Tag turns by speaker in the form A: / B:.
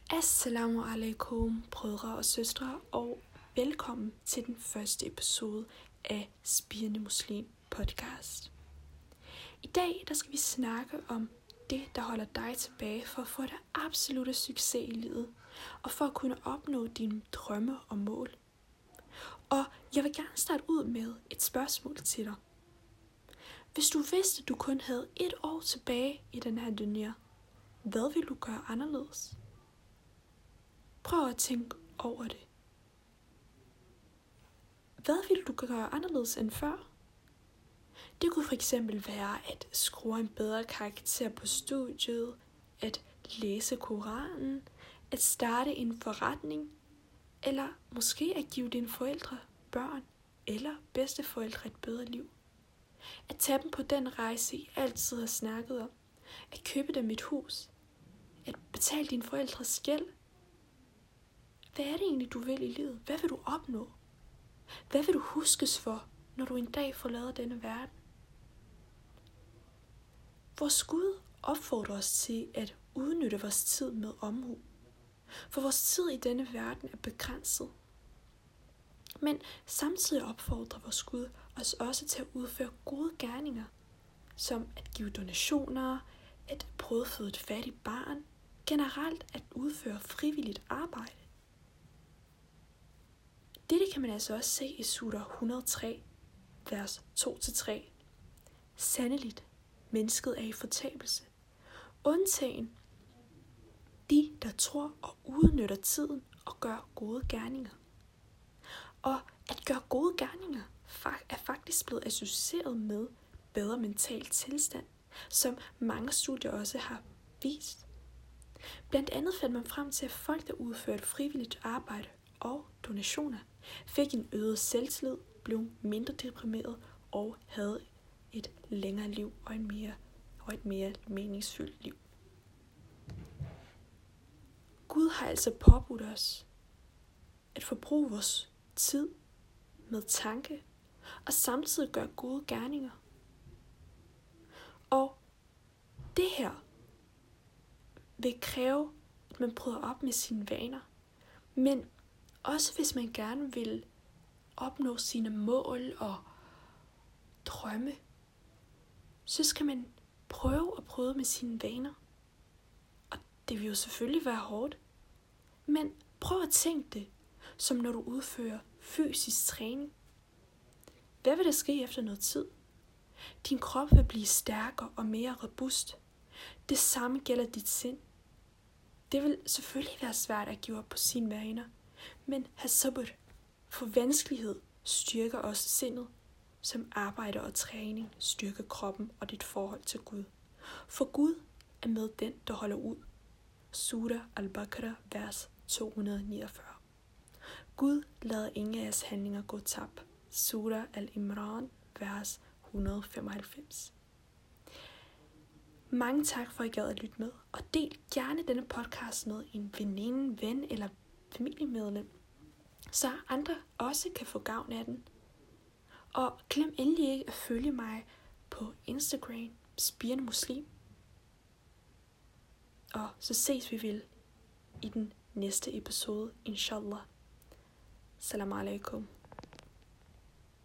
A: Assalamu alaikum, brødre og søstre, og velkommen til den første episode af Spirende Muslim podcast. I dag der skal vi snakke om det, der holder dig tilbage for at få det absolutte succes i livet, og for at kunne opnå dine drømme og mål. Og jeg vil gerne starte ud med et spørgsmål til dig. Hvis du vidste, at du kun havde 1 år tilbage i den her dunya, hvad vil du gøre anderledes? Prøv at tænke over det. Hvad ville du gøre anderledes end før? Det kunne fx være at skrue en bedre karakter på studiet, at læse Koranen, at starte en forretning, eller måske at give dine forældre, børn eller bedsteforældre et bedre liv. At tage dem på den rejse, I altid har snakket om. At købe dem et hus. At betale dine forældres gæld. Hvad er det egentlig, du vil i livet? Hvad vil du opnå? Hvad vil du huskes for, når du en dag forlader denne verden? Vores Gud opfordrer os til at udnytte vores tid med omhu. For vores tid i denne verden er begrænset. Men samtidig opfordrer vores Gud os også til at udføre gode gerninger, som at give donationer, at brødføde et fattigt barn, generelt at udføre frivilligt arbejde. Dette kan man altså også se i Surah 103, vers 2-3. Sandeligt, mennesket er i fortabelse. Undtagen de, der tror og udnytter tiden og gør gode gerninger. Og at gøre gode gerninger er faktisk blevet associeret med bedre mental tilstand, som mange studier også har vist. Blandt andet fandt man frem til, at folk, der udførte frivilligt arbejde og donationer, fik en øget selvtillid, blev mindre deprimeret og havde et længere liv og et mere meningsfyldt liv. Gud har altså påbudt os at forbruge vores tid med tanke og samtidig gøre gode gerninger. Og det her vil kræve, at man prøver op med sine vaner, men også hvis man gerne vil opnå sine mål og drømme, så skal man prøve med sine vaner. Og det vil jo selvfølgelig være hårdt, men prøv at tænke det, som når du udfører fysisk træning. Hvad vil der ske efter noget tid? Din krop vil blive stærkere og mere robust. Det samme gælder dit sind. Det vil selvfølgelig være svært at give op på sine vaner, men have sabr, for vanskelighed styrker også sindet, som arbejde og træning styrker kroppen og dit forhold til Gud. For Gud er med den, der holder ud. Surah al-Baqarah, vers 249. Gud lader ingen af jeres handlinger gå tabt. Surah al-Imran, vers 195. Mange tak for, at I gad at lytte med, og del gerne denne podcast med en veninde, ven eller familiemedlem, så andre også kan få gavn af den. Og glem endelig ikke at følge mig på Instagram, Spirende Muslim. Og så ses vi vel i den næste episode, inshallah. Salam alaikum.